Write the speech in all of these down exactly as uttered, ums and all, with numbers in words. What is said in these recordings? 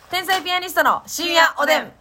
天才ピアニストの深夜おでん。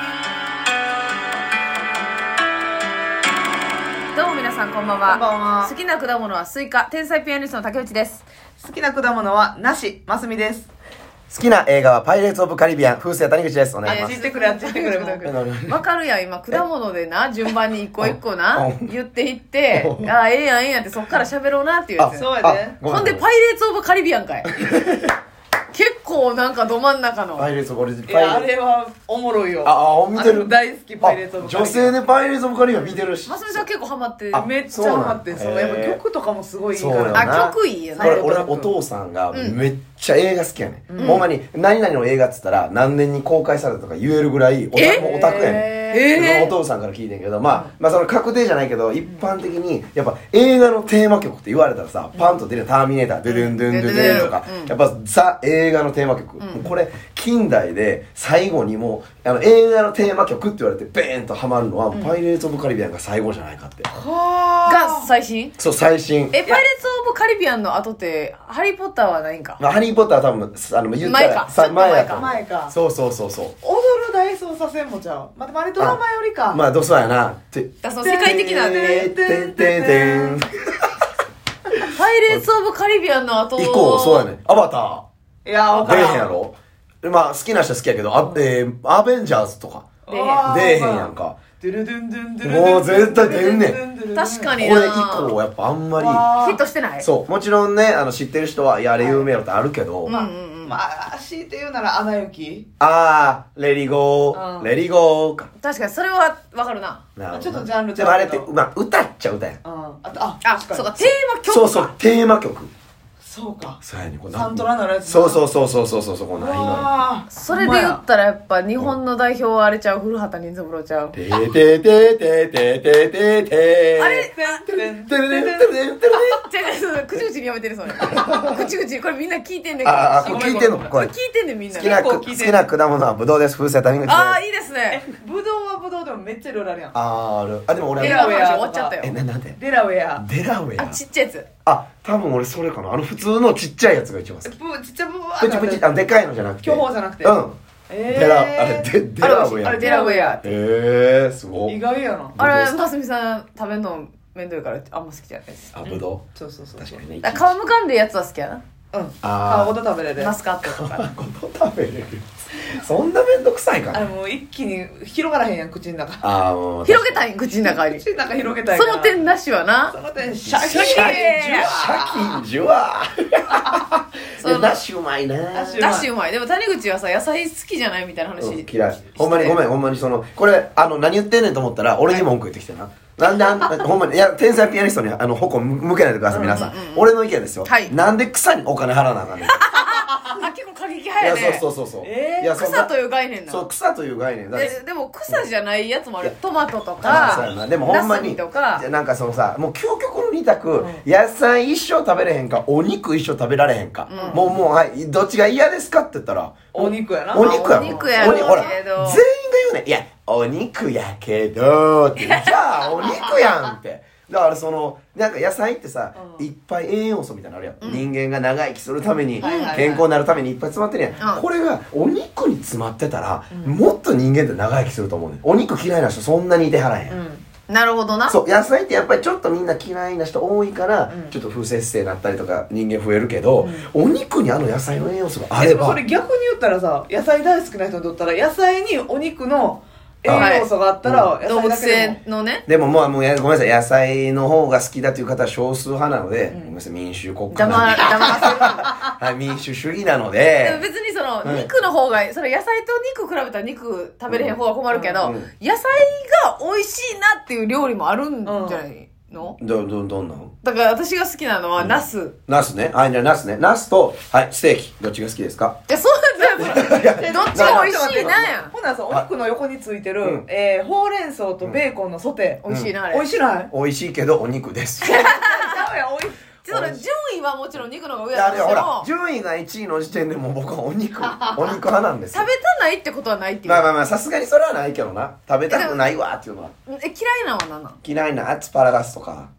どうも皆さんこんばんは。 こんばんは。 好きな果物はスイカ。天才ピアニストの竹内です。 好きな果物は梨、ますみです。 好きな映画はパイレーツオブカリビアン、風船谷口です。お願いします。 あっち行ってくれ、あっち行ってくれ、もう。 わかるやん、今果物でな順番に一個一個なうん言っていってああええやんええやんってそっから喋ろうなっていうやつ。 そうやで。 ほんでパイレーツオブカリビアンかい結構なんかど真ん中のパイレーツオブカリビアン。 いや、あれはおもろいよ。 ああ、見てる。 あ大好き、パイレーツオブカリビアン。 女性でパイレーツオブカリビアン見てるし。 ますみさん結構ハマってあめっちゃハマってん、そう。やっぱ曲とかもすごいいいから。 そうよなあ曲いいよね。 これ俺お父さんがめっちゃ映画好きやね、ん、ほんまに何々の映画っつったら何年に公開されたとか言えるぐらいオタもうオタクやねん。 えー、 お父さんから聞いてんけど、まあ、まあその確定じゃないけど一般的にやっぱ映画のテーマ曲って言われたらさ、パンと出るターミネータードゥドゥンドゥンドゥンドゥンとか、 うん、 やっぱザ映画のテーマ曲、うん、これ近代で最後にもうあの映画のテーマ曲って言われてベーンとハマるのは、うん、パイレーツオブカリビアンが最後じゃないかって。 はが最新。 そう最新。 えパイレーツオブカリビアンの後ってハリーポッターはないんか。 まあ、ハリーポッターは多分あの言ったら前かさ前やと前か。 そうそうそうそう。 踊る大捜査線もちゃう。またあれドラマよりか。 まあどうそうやな。てだその世界的なね。 てんてんてん。 パイレーツオブカリビアンの後。 以降そうやね。アバター。いやわー。出えへんやろ。まあ好きな人好きやけど、あえー、アベンジャーズとか出えへん。 出えへんやんか。 ドゥルドゥンドゥンドゥルドゥン。 もう絶対出んねん。 確かにこれ以な。 降やっぱあんまりヒットしてない。 そうもちろんねあの知ってる人はいやあれ有名よってあるけど、 まあまあ強いて言うならアナ雪。 あーレディゴーレディゴーか。 確かにそれはわかるな。 ちょっとジャンルでもあれってまあ歌っちゃ歌やん。 あああそうかテーマ曲か。 そうそうテーマ曲。 そうか。 そうやねこれサントラなるやつ。 そうそうそうそうそうそうそこないのよ。 それで言ったらやっぱ日本の代表はあれちゃう古畑任三郎ちゃう。 てーてーてーてーてーてーてーてーあれてるてるてるてるてるじゃあ口々にやめてるそれ口々これみんな聞いてんねんけど。 ああ聞いてんのこれ聞いてんねんみんな。 好きな好きな果物はブドウです。風船谷口です。 ああいいですね。 ブドウはブドウでもめっちゃいろいろあるやん。 あーある。あでも俺デラウェア終わっちゃったよ。 えななんでデラウェア。 デラウェアあちっちゃいやつ。 あ多分俺それかな。あの普通のちっちゃいやつが一番好き。 ブちっちゃブワプチプチあのでかいのじゃなくて巨峰じゃなくて。 うんえー、 デラあれデデラウェア。 あれデラウェア。 えーすごい。 意外やな。 あれますみさん食べるの面倒いからあんま好きじゃないです。 あぶどそうそうそう。 確かにね。 だから皮むかんでるやつは好きやな。 うん。 あ皮ごと食べれる。 マスカットとか。 皮ごと食べれる。そんなめんどくさいかな。 あれもう一気に広がらへんやん口の中。 ああもう広げたい口の中に。 口の中広げたいから。 その点なしはな。 その点シャキシャキシャキシャキジュワー。ダッシュうまいな。 ダッシュだしうまい。でも谷口はさ野菜好きじゃないみたいな話、 うん、嫌い。ほんまにごめんほんまにそのこれあの何言ってんねんと思ったら俺に文句言ってきてな。なんであんほんまにいや天才ピアニストにあの矛向けないでください皆さん。俺の意見ですよ。 はい。 なんで草にお金払わなあかんねん。 あ結構過激派やね。 いやそうそうそうそう。 えー、 いやそんな草という概念な。 そう草という概念だって。 ででも草じゃないやつもある。トマトとそうかやなでもほんまにナスビとかじゃなんかそのさもう究極の二択、野菜一生食べれへんかお肉一生食べられへんか、 うんもうもうはいどっちが嫌ですかって言ったらお肉やな。 お肉やろお肉やろうけどほら全員が言うねんいやお肉やけどってじゃあお肉やんってだからそのなんか野菜ってさ、うん、いっぱい栄養素みたいなのあるやん、うん、人間が長生きするために、うん、健康になるためにいっぱい詰まってるやん、うん、これがお肉に詰まってたら、うん、もっと人間って長生きすると思うねんお肉嫌いな人そんなにいてはらへん、うんなるほどな。 そう野菜ってやっぱりちょっとみんな嫌いな人多いから、うん、ちょっと不摂生になったりとか人間増えるけど、うん、お肉にあの野菜の栄養素があればでもそれ逆に言ったらさ野菜大好きな人にとったら野菜にお肉の栄養素があったら、 はい、動物性のねでももうもうごめんなさい野菜の方が好きだという方は少数派なので、うん、ごめんなさい民主国家なので黙らせるはい民主主義なのででも別にその、うん、肉の方がそれ野菜と肉比べたら肉食べれへん方が困るけど、うんうん、野菜が美味しいなっていう料理もあるんじゃない、うんのどどどんなのだから私が好きなのはナス、うん、 ナスねはいじゃあナスねナスとはいステーキどっちが好きですかいやそうなんだよどっちも美味しいなやんほなさお肉の横についてる、うん、えー、ほうれん草とベーコンのソテー、 うん、美味しいなあれ美味しない美味しいけどお肉ですちゃうやんおいその順位はもちろん肉の方が上だとしてもほら順位がいちいの時点でもう僕はお肉お肉派なんです食べたないってことはないっていうまあまあまあさすがにそれはないけどな食べたくないわっていうのはえ嫌いなのは何なの嫌いなアスパラガスとか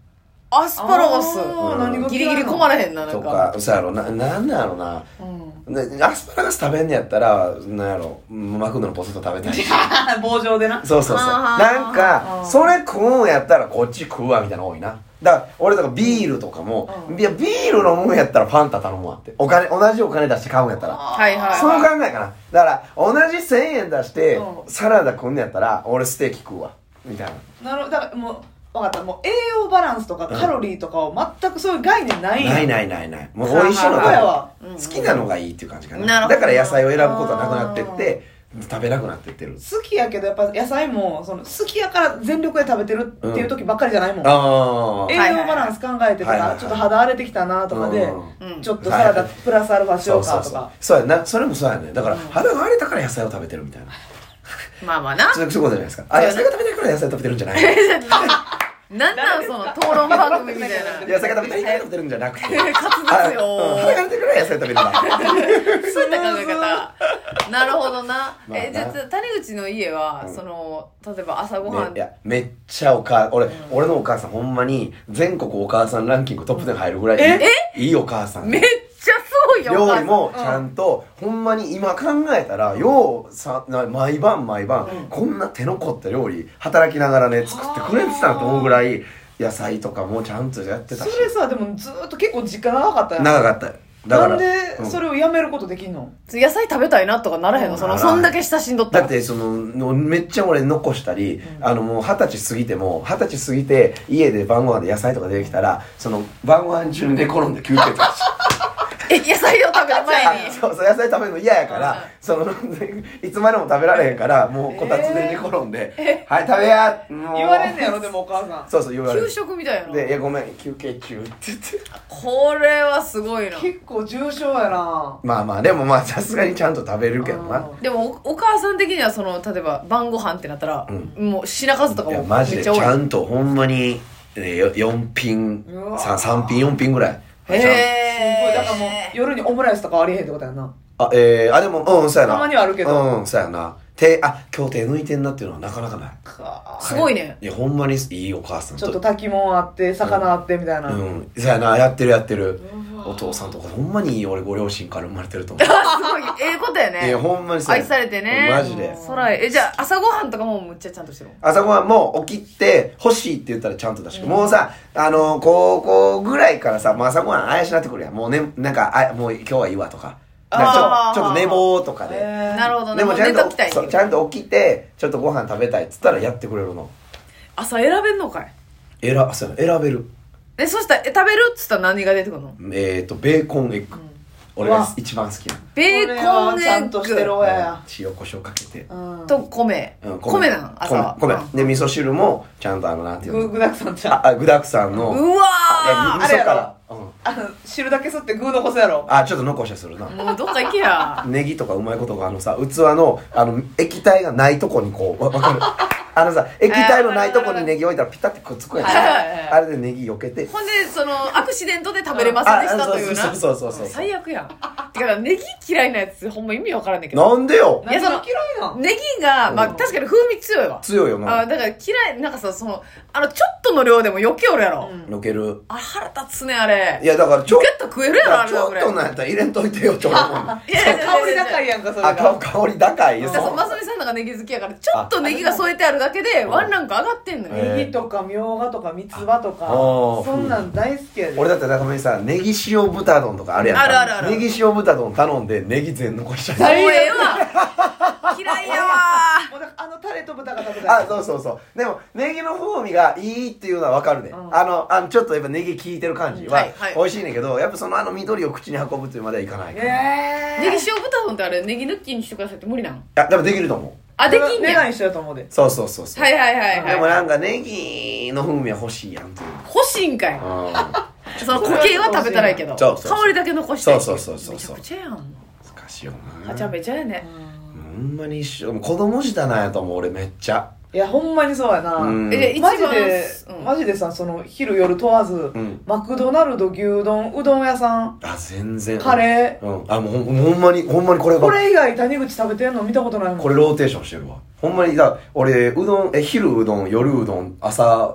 アスパラガス、 あー何が嫌いなのギリギリ困らへんな、なんとか。 かそうやろな、なんなんやろな、 うんでアスパラガス食べんねやったらなんやろマクドのポテト食べたいし棒状でな。 そうそうそうあーなんかそれ食うんやったらこっち食うわみたいなの多いな。だから俺とかビールとかも、 うんいやビール飲むんやったらファンタ頼むわって、お金同じお金出して買うんやったら、 はいはいはい。 その考えかな。だから同じせんえん出してうんサラダ食うんやったら俺ステーキ食うわみたいな。 なるほど。だからもう分かった。もう栄養バランスとかカロリーとかを全くそういう概念ないんや。 ないないないない、もう美味しいのそうやわが好きなのがいいっていう感じかな。 なるほどだから野菜を選ぶことはなくなってって食べなくなってってる。 好きやけどやっぱ野菜もその好きやから全力で食べてるっていう時ばっかりじゃないもん、 あ栄養バランス考えてたはいはいはいらちょっと肌荒れてきたなとかでうんちょっとサラダプラスアルファしようかとそうそうそうかそうやな、それもそうやね。だから肌が荒れたから野菜を食べてるみたいな、 まあまあな。 そういうことじゃないですか。あ、野菜が食べたいから野菜食べてるんじゃないなんなんその討論番組みたいな。 野菜が食べたいから食べてるんじゃなくて滑舌よあうん肌が荒れてるから野菜食べるんだそういった考え方。なるほどな。 まあなえ、じゃあ、谷口の家は、 うんその、例えば朝ごはん、 ね、いやめっちゃお母俺、俺のお母さんほんまに全国お母さんランキングトップテン入るぐらいいいいいお母さん。 めっちゃすごいよ。 料理もちゃんと、ほんまに今考えたらようさな毎晩毎晩、 うんこんな手の凝った料理働きながらね作ってくれてたなと思うぐらい野菜とかもちゃんとやってたしそれさでもずーっと結構時間長かったやん長かったよ。だからなんでうんそれをやめることできんの、 野菜食べたいなとかならへんのその、 うんそんだけ親しんどったら。 だってそののめっちゃ俺残したり、あのもう二十歳過ぎても二十歳過ぎて家で晩ご飯で野菜とか出てきたらその晩ご飯中に寝転んで休憩とかしえ、野菜を食べる前に。 そうそう野菜食べるの嫌やから、 うんそのいつまでも食べられへんからもうこたつで寝転んで「はい食べや!」もう言われんねやろでもお母さんそうそう言われる給食みたいな。 で「いやごめん休憩中」って言ってこれはすごいな。 結構重症やなまあまあでもまあさすがにちゃんと食べるけどな。 でもお、お母さん的にはその、例えば晩ご飯ってなったら、もう品数とかいやもマジでちめっちゃ多い。 ゃんとほんまに、ね、よよん品うわささん品よん品ぐらいちゃんすごいへだからもう夜にオムライスとかありえへんってことやなあえー、あでもうんそうやなたまにはあるけどうんそうやな手あ今日手抜いてんなっていうのはなかなかない。 かすごいね。 いやほんまにいいお母さんちょっと炊き物あって魚あってみたいな、 うんそうやなやってるやってるうわお父さんとかほんまにいい俺ご両親から生まれてると思うすごい、ええことやね。 いやほんまにそうや愛されてね。 マジでそらええ、じゃあ朝ごはんとかもむっちゃちゃんとしてる朝ごはんも起きて欲しいって言ったらちゃんと出して、もうさあの高校ぐらいからさ、まあ、朝ごはんあやしなってくるやんもうねなんかあもう今日はいいわとかなんかちょちょっと寝坊とかで、 えーなるほどね。 でもちゃんと寝ときたいそうちゃんと起きてちょっとご飯食べたいっつったらやってくれるの。 朝選べんのかい選そうやな選べる。 え、そしたら、え、食べるっつったら何が出てくるのえっ、ー、とベーコンエッグ、俺が一番好きなベーコンこれはちゃんとしてるエッ親や、 塩コショウかけて、 うんグと米。 うん米なん朝は。 米米うんで味噌汁もちゃんとあのなんていうの具具だくさんちゃんああ具だくさんのうわあ味噌から、うん、 あの汁だけ吸って具残すやろあちょっと残したするなーもうどっか行けや。 ネギとかうまいことがあのさ器のあの液体がないとこにこうわわかるあのさ液体のないとこにネギ置いたらピタッてくっつくやん、 はいはいはいあれでネギ避けてほんで、その、アクシデントで食べれませんでしたというな。 そうそうそうそうそう最悪やん。てか、ネギ嫌いなやつ、ほんま意味わからんねんけど。 なんでよいやその何が嫌いなんネギが、まあうん確かに風味強いわ。 強いよなあだから嫌い、なんかさ、その、あの、ちょっとの量でも余計おるやろ。 うんのけるあ、腹立つね、あれ。 いやだからちょポケット食えるやろ、あれちょっだこれ。 となんやったら入れんといてよって俺思ういやいやいや香り高いやんかそれがあ香香り高いよだからそうますみさんなんかネギ好きやから、ちょっとネギが添えてあるだけで、ワンランク上がってんのよ。 えーネギとかみょうがとか三つ葉とかあーそんなん大好きやで俺だって中村にさネギ塩豚丼とかあるやんかあるあるあるネギ塩豚丼頼んでネギ全残しちゃうもうええわ。嫌いやわ。 もうだからあのタレと豚が食べたいあそうそうそうでもネギの風味がいいっていうのは分かるね、 うんあのあのちょっとやっぱネギ効いてる感じははいはい美味しいねんけど、やっぱそのあの緑を口に運ぶっていうまではいかないから、 えネギ塩豚丼ってあれ、ネギ抜きにしてくださいって無理なんあでもできると思うあ、できんねや。 値段一緒やと思うでそうそうそうそう、 はいはいはいはい。 でもなんかネギの風味は欲しいやんっていう欲しいんかい。 うその固形は食べたらいいけど、 そうそうそう香りだけ残して。 そうそうそうそうめちゃくちゃやん。 ん難しいよなはちゃめちゃやね。 ほんまに一緒子供舌なんやと思う俺めっちゃいやほんまにそうやな、 うんえ、じゃあ一番、 マジで、 うんマジでさその昼夜問わず、 んマクドナルド牛丼うどん屋さんあ全然カレー、 うんあもうほんほんまにほんまにこれがこれ以外谷口食べてんの見たことないもんこれローテーションしてるわほんまにだ俺うどんえ昼うどん夜うどん朝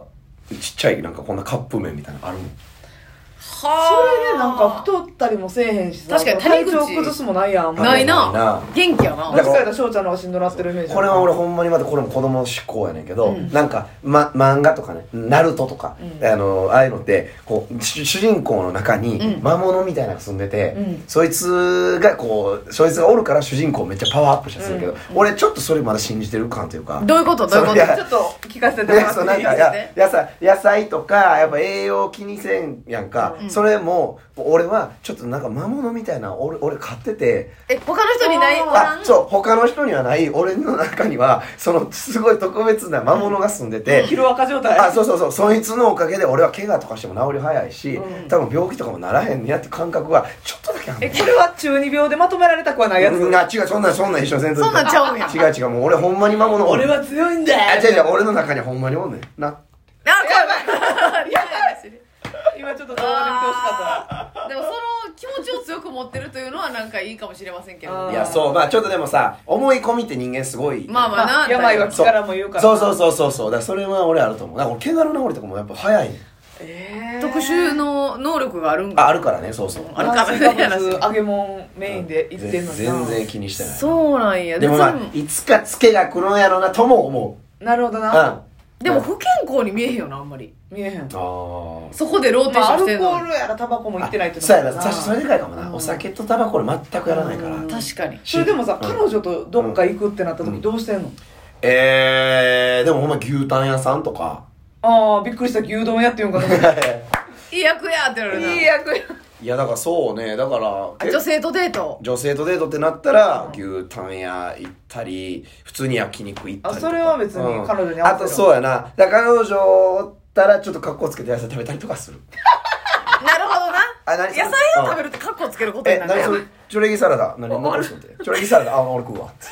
ちっちゃいなんかこんなカップ麺みたいなのあるの。 それでなんか太ったりもせえへんしさ、 確かに体谷口調崩すもないやん。 ないなな。元気やな。 どっちかやったら翔ちゃんの方がしんどなってるイメージ。 これは俺ほんまにまたこれも子供志向やねんけど、 うん、 なんか、ま、漫画とかね、ナルトとか、うん、あのああいうのってこう主人公の中に魔物みたいなのが住んでて、うん、そいつがこうそいつがおるから主人公めっちゃパワーアップしたりするけど、うん、俺ちょっとそれまだ信じてる感というか。 どういうことどういうことちょっと聞かせてもらっていい？ なんかや野菜野菜とかやっぱ栄養気にせんやんか、うん、それも俺はちょっとなんか魔物みたいな俺俺買ってて、 え他の人にないあそう他の人にはない俺の中にはそのすごい特別な魔物が住んでて、 ヒロアカ状態。 あそうそうそうそいつのおかげで俺は怪我とかしても治り早いし、うん、多分病気とかもならへんねやって感覚がちょっとだけある。 えこれは中二病でまとめられたくはないやつ？ うん、あ違うそんなんそんなん一緒せんとそんなんちゃうんや。 違う違うもう俺ほんまに魔物俺は強いんだよ。 あ違う違う俺の中にほんまにおんねんな。 あ怖いいや今ちょっと動画で見てほしかった。でもその気持ちを強く持ってるというのはなんかいいかもしれませんけど。 いやそうまあちょっとでもさ思い込みって人間すごいまあまあな病は気からも言うから。 そうそうそうそうそうだからそれは俺あると思う。だから俺怪我の治りとかもやっぱ早いねん。 えー、特殊の能力があるんか。ああるからねそうそうあるからね。揚げ物メインで行ってんのに全然気にしてない。 そうなんや。 でもまあいつかツケが来るんやろなとも思う。なるほどな。 うんでも不健康に見えへんよなあんまり見えへん。あそこでローテーションしてるの、 まあ、アルコールやらタバコも行ってないってそうやな確かにそれでかいかもな、うん、お酒とタバコ俺全くやらないから、 うん、確かに。 それでもさ、うん、彼女とどっか行くってなった時どうしてんの？うん、 えーでもほんま牛タン屋さんとか。 ああびっくりした牛丼屋って言うんかと思ったいい役やってなるな。 いい役や。 いやだからそうねだから女性とデート女性とデートってなったら、うん、牛タン屋行ったり普通に焼肉行ったりとか。 あそれは別に彼女に合わせる、 うん、あとそうやなだから彼女おったらちょっと格好つけて野菜食べたりとかするなるほどな。 あ何野菜を食べるって格好つけることになる。 え何それチョレギサラダ何残すのってチョレギサラダあ俺食うわ